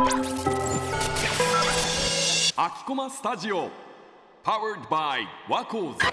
アキコマスタジオ Powered by ワコーズ。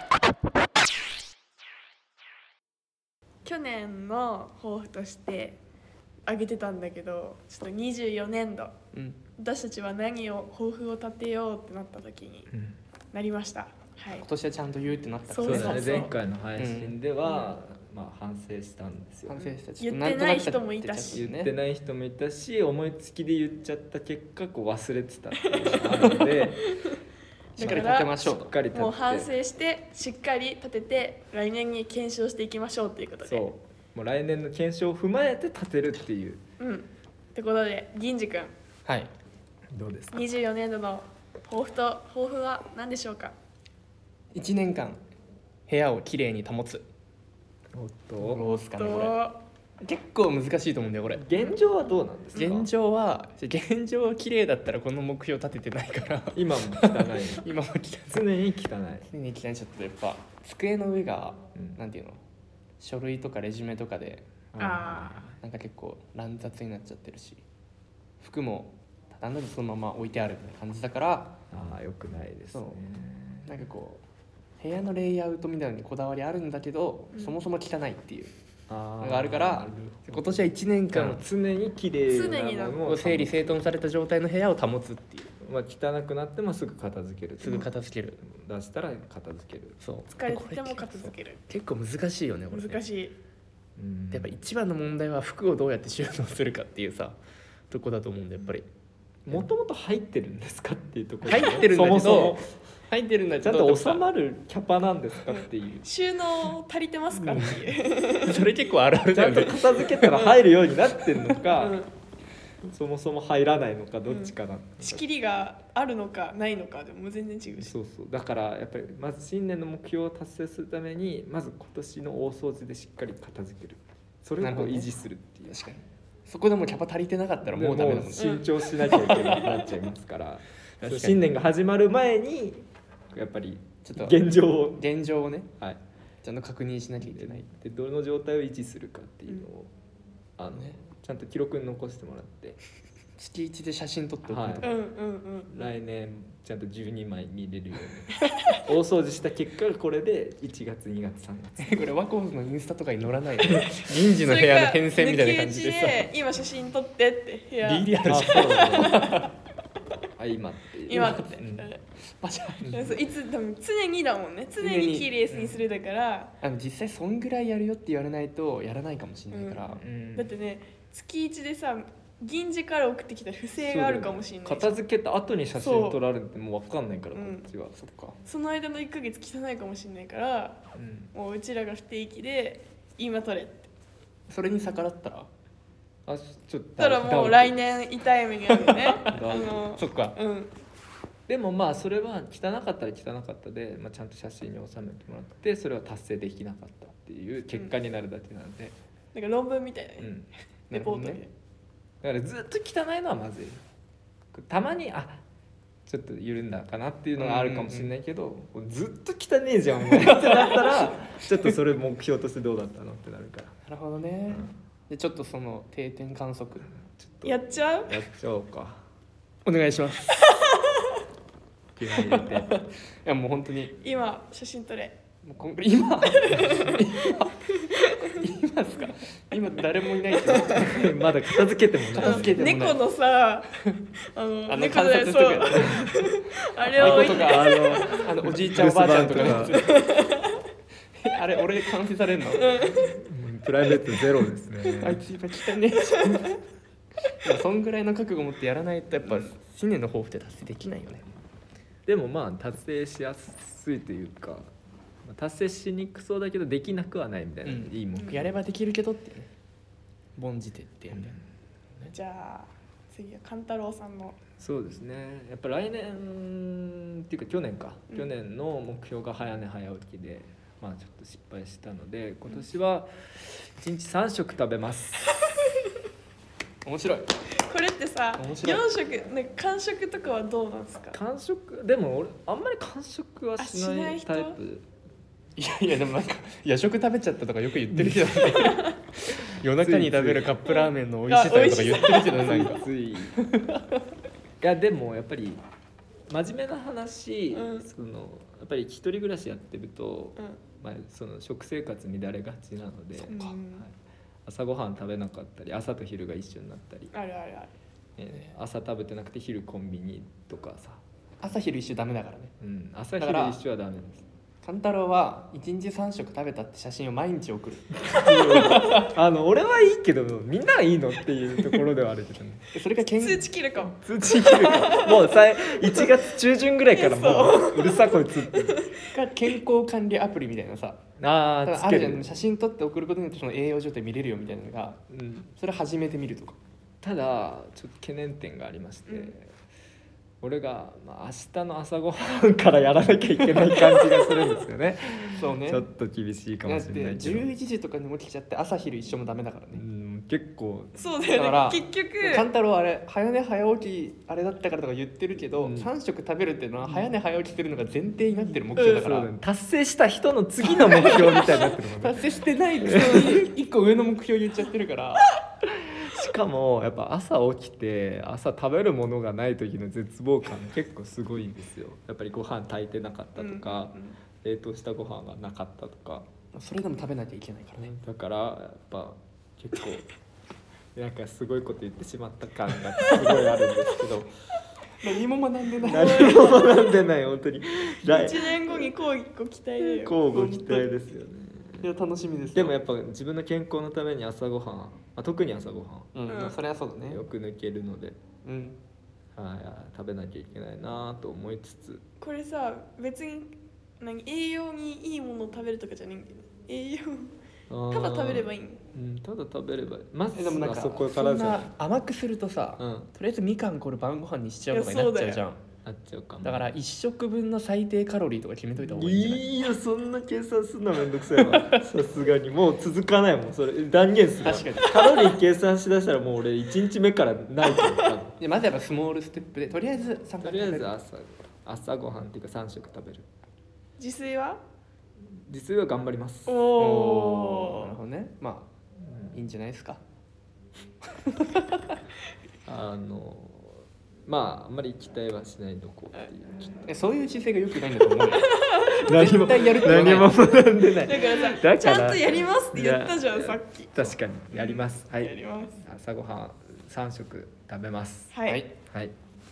去年の抱負として挙げてたんだけど、ちょっと24年度、私たちは何を抱負を立てようってなった時になりました。はい、 今年はちゃんと言うってなったそうそうだね、前回の配信では、反省したんですよ、 反省した。 言ってない人もいたし言ってない人もいたし、思いつきで言っちゃった結果こう忘れてたっていうのがあるのでしっかり立てましょうしっかり立てて、 もう反省してしっかり立てて来年に検証していきましょうということで、 そうもう来年の検証を踏まえて立てるっていう。 ってことで銀次くん、 はい。 どうですか。 24年度の抱負は何でしょうか。 1年間部屋をきれいに保つ。 おっと、 どうですかねこれ。結構難しいと思うんだよこれ。 現状はどうなんですか。 現状は綺麗だったらこの目標立ててないから今も汚い今も汚い、 常に汚い。 常に汚い。ちょっとやっぱ机の上が、 うんなんていうの、書類とかレジュメとかであなんか結構乱雑になっちゃってるし、服も畳んでそのまま置いてあるみたいな感じだから、 良くないですね。 なんかこう部屋のレイアウトみたいなのにこだわりあるんだけど、そもそも汚いっていうのがあるから今年は1年間常に綺麗なものを整理整頓された状態の部屋を保つっていう。 汚くなってもすぐ片付ける。 すぐ片付ける。 出したら片付ける。 そう疲れてても片付ける。 結構難しいよねこれね。 難しい。 やっぱ一番の問題は服をどうやって収納するかっていうさとこだと思うんで、やっぱりもともと入ってるんですかっていうところ、 入ってるんだけどそもそも入ってるんだけちゃんどと収まるキャパなんですかっていう、 収納足りてますかっていう、 それ結構あるあるちゃんとだよね。 片付けたら入るようになってるのか、そもそも入らないのかどっちかな、 仕切りがあるのかないのかでも全然違うし。 そうだからやっぱりまず新年の目標を達成するためにまず今年の大掃除でしっかり片付ける、それをこう維持するっていう。 確かにそこでもキャパ足りてなかったらもうダメだもんね。 慎重しなきゃいけなくなっちゃいますからそう新年が始まる前にやっぱりちょっと現状をね、 はい、 ちゃんと確認しなきゃいけない。 でどの状態を維持するかっていうのを、ちゃんと記録に残してもらって月1で写真撮っておくとか、 来年ちゃんと12枚見れるように大掃除した結果がこれで1月2月3月これワコーズのインスタとかに載らないよね。銀次の部屋の変遷みたいな感じでさ、 抜き打ちで今写真撮ってって部屋リアルじゃん。 今っていう今って、 バシャン。 そういつでも常にだもんね、常に綺麗にするだから、 実際そんぐらいやるよって言われないとやらないかもしれないから、 だってね月1でさ銀次から送ってきた不正があるかもしれない。 片付けた後に写真撮られてもう分かんないからこっちは、 そっか。 その間の1ヶ月汚いかもしれないから、もううちらが不定期で今撮れって。 それに逆らったらちょっとたらもう来年痛い目に遭うよね。 そっか。 でもまあそれは汚かったら汚かったで、ちゃんと写真に収めてもらってそれは達成できなかったっていう結果になるだけなので、 なんか論文みたいなね、レポートで、 だからずっと汚いのはまずい。たまにちょっと緩んだかなっていうのがあるかもしれないけど、ずっと汚ねえじゃんお前ってなったらちょっとそれ目標としてどうだったのってなるから。 なるほどね。でちょっとその定点観測ちょっとやっちゃおうか。 お願いします。 気合い入れて。 いやもう本当に今写真撮れ。 もう今ですか。今誰もいないけどまだ片付けてもない。 片付けてもない。 猫のさ猫観察しとくやつ。 あれを置いておじいちゃんおばあちゃんとかのやつ。あれ俺監視されるの。 プライベートゼロですね。 あいつ今汚ねえじゃん。でもそんぐらいの覚悟持ってやらないとやっぱ新年の抱負って達成できないよね。 でも達成しやすいというか、達成しにくそうだけどできなくはないみたいな、いい目標。 やればできるけどっていうね。凡事徹底みたいな。 じゃあ次は勘太郎さんの。 そうですね。やっぱ来年っていうか去年の目標が早寝早起きで、ちょっと失敗したので今年は1日3食食べます。 面白い。 これってさ面白い 4食ね、間食とかはどうなんですか。 間食でも俺あんまり間食はしないタイプ。 いやでもなんか夜食食べちゃったとかよく言ってるけどね。 夜中に食べるカップラーメンの美味しさとか言ってるけどねなんかついいやでもやっぱり真面目な話、そのやっぱり一人暮らしやってると、まあ、その食生活乱れがちなので、はい、朝ごはん食べなかったり朝と昼が一緒になったりあるあるある、 朝食べてなくて昼コンビニとかさ、 朝昼一緒ダメだからね。 朝昼一緒はダメです。 勘太郎は1日3食食べたって写真を毎日送る俺はいいけどみんなはいいのっていうところではあるけどねそれが通知切るかも。 通知切るかもう1月中旬ぐらいからもううるさこいつって健康管理アプリみたいなさあるじゃん。写真撮って送ることによってその栄養状態見れるよみたいなのが、それ初めて見るとか。 ただちょっと懸念点がありまして、俺が、明日の朝ごはんからやらなきゃいけない感じがするんですよねそうね、 ちょっと厳しいかもしれないけど 11時とかに起きちゃって朝昼一緒もダメだからね。 結構そうだよね。 だから結局勘太郎あれ早寝早起きあれだったからとか言ってるけど、3食食べるっていうのは早寝早起きするのが前提になってる目標だから、 達成した人の次の目標みたいになってるもんね達成してないくせに1個上の目標言っちゃってるからしかもやっぱ朝起きて朝食べるものがない時の絶望感結構すごいんですよ。やっぱりご飯炊いてなかったとか、冷凍したご飯がなかったとか、 それでも食べなきゃいけないからね。 だからやっぱ結構なんかすごいこと言ってしまった感がすごいあるんですけど何も学んでない何も学んでない本当に 1年後に交互期待だよ。 交互期待ですよね。 いや楽しみです。 でもやっぱ自分の健康のために朝ごはん、特に朝ごはん、 それはそうだね。 よく抜けるので、食べなきゃいけないなと思いつつ、 これさ別に栄養にいいものを食べるとかじゃないんだけど、栄養ただ食べればいい。 ただ食べればいい。まずでもなんかそこからじゃない。 甘くするとさ、とりあえずみかんこれ晩ご飯にしちゃうとかになっちゃうじゃん。 なっちゃうかも。 だから1食分の最低カロリーとか決めといた方がいいんじゃない？ いやそんな計算するのめんどくさいわさすがにもう続かないもんそれ断言する。 確かにカロリー計算しだしたらもう俺1日目からないと思ったまずやっぱスモールステップでとりあえず3 とりあえず朝ごはんっていうか3食食べる。 自炊は頑張ります。 おおなるほどね。まあ、いいんじゃないですかあんまり期待はしないでおこうっていう。 そういう姿勢が良くないんだと思うよ何も絶対やるって言わない。 何も学んでない。 だからさちゃんとやりますって言ったじゃんさっき。 確かにやります。はい。 やります。 朝ごはん3食食べます。 はいはい。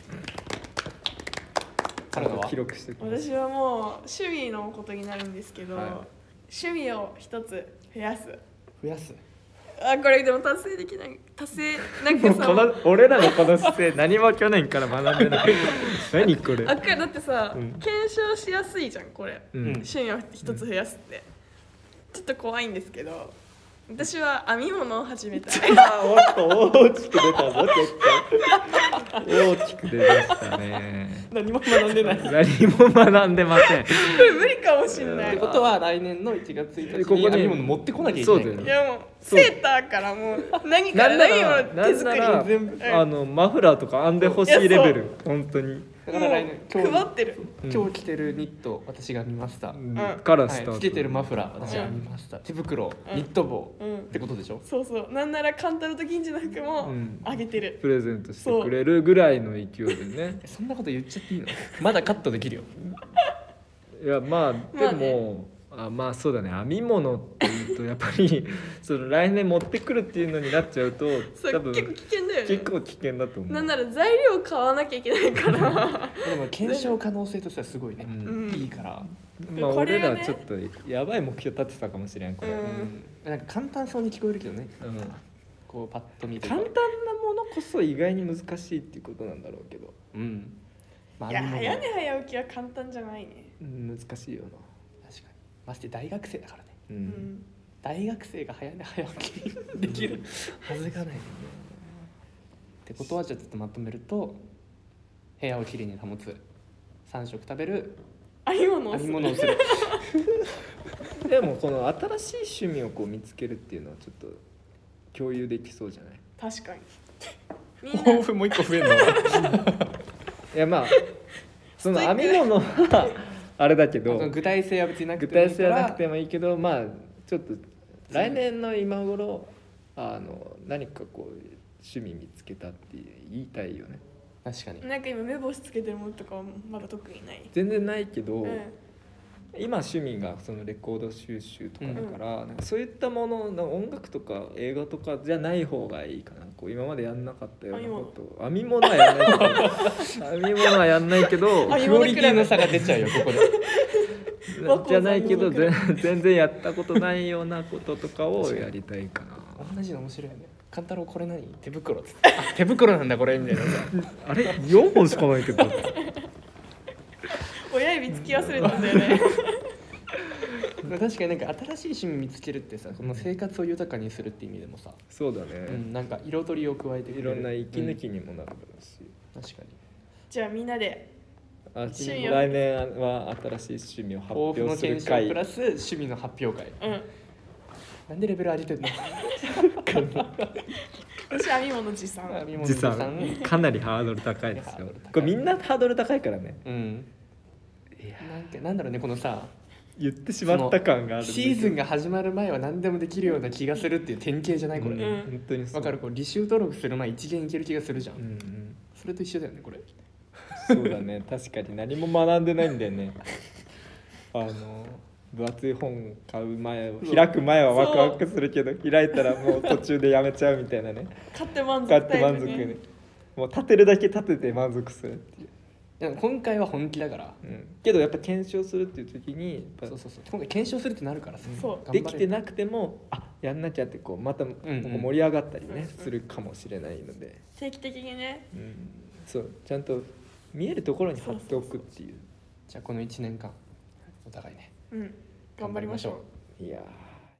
記録してきます。 私はもう趣味のことになるんですけど、趣味を一つ増やす。これでも達成できないなんかさ俺らのこの姿勢何も去年から学んでない何これ。 だってさ、検証しやすいじゃんこれ、趣味を一つ増やすってちょっと怖いんですけど、私は編み物を始めたい。 おっと大きく出たぞ大きく出ましたね。 何も学んでない。 何も学んでません。 これ無理かもしれない。 ってことは来年の1月1日に編み物持ってこなきゃいけないから。 いやもうセーターからもう何から何を手作りに全部マフラーとか編んでほしいレベル本当に。 だから来年配ってる。 今日着てるニット私が編みました。 からスタート。 つけてるマフラー私が編みました。手袋、ニット帽ってことでしょ。 そうなんならカンタロと銀次の服もあげてる。 プレゼントしてくれるぐらいの勢いでね。 そんなこと言っちゃっていいの？まだカットできるよ。 いやでもそうだね。編み物っていうとやっぱりその来年持ってくるっていうのになっちゃうと多分結構危険だよね。 結構危険だと思う。 なんなら材料買わなきゃいけないから。 でも検証可能性としてはすごいね。いいから。 俺らちょっとやばい目標立てたかもしれんこれ。 なんか簡単そうに聞こえるけどね。こうパッと見て簡単なものこそ意外に難しいっていうことなんだろうけど。 いや早寝早起きは簡単じゃないね。 難しいよな。 確かに。まして大学生だからね。大学生が早寝早起きできるはずがない。ってことはじゃあちょっとまとめると、部屋をきれいに保つ、3食食べる、 編み物をする。 でもこの新しい趣味をこう見つけるっていうのはちょっと共有できそうじゃない？ 確かに。 抱負もう一個増えるの？ いやその編み物はあれだけど具体性は別になくてもいいけどちょっと来年の今頃何かこう趣味見つけたって言いたいよね。 確かになんか今目星つけてるものとかはまだ特にない。 全然ないけど、 うん今趣味がそのレコード収集とかだから、なんかそういったものの音楽とか映画とかじゃない方がいいかな。こう今までやんなかったようなこと編み物はやんないけど編み物はやんないけど編みクオリティの差が出ちゃうよここでじゃないけど全然やったことないようなこととかをやりたいかな。 同じの面白いよね。カンタロウこれ何手袋っつってあ手袋なんだこれみたいなさあれ4本しかないけど親指つき忘れたんだよね。 確かになんか新しい趣味見つけるってさこの生活を豊かにするって意味でもさ、 そうだね、 なんか彩りを加えてくれるいろんな息抜きにもなるだろうし、 確かにじゃあみんなで趣味を来年は新しい趣味を発抱負の表する検証会プラス趣味の発表会なんでレベル上げてんの私編み物持参。 編み物実さんはかなりハードル高いですよハードル高い。 これみんなハードル高いからね。 なんだろうねこのさ言ってしまった感があるんだけどシーズンが始まる前は何でもできるような気がするっていう典型じゃないこれ、 本当にそうわかる。こう履修登録する前一元いける気がするじゃん、 うんそれと一緒だよねこれそうだね確かに何も学んでないんだよね分厚い本買う前開く前はワクワクするけど開いたらもう途中でやめちゃうみたいなね買って満足買ってタイプね。 満足ねもう立てるだけ立てて満足するっていう、 でも今回は本気だからけどやっぱ検証するっていう時にやっぱそう今回検証するってなるからさそうできてなくてもやんなきゃってこうまたこう盛り上がったりね、するかもしれないので、 定期的にね。 そうちゃんと見えるところに貼っておくっていう。 じゃあこの1年間お互いね頑張りましょう。 いやー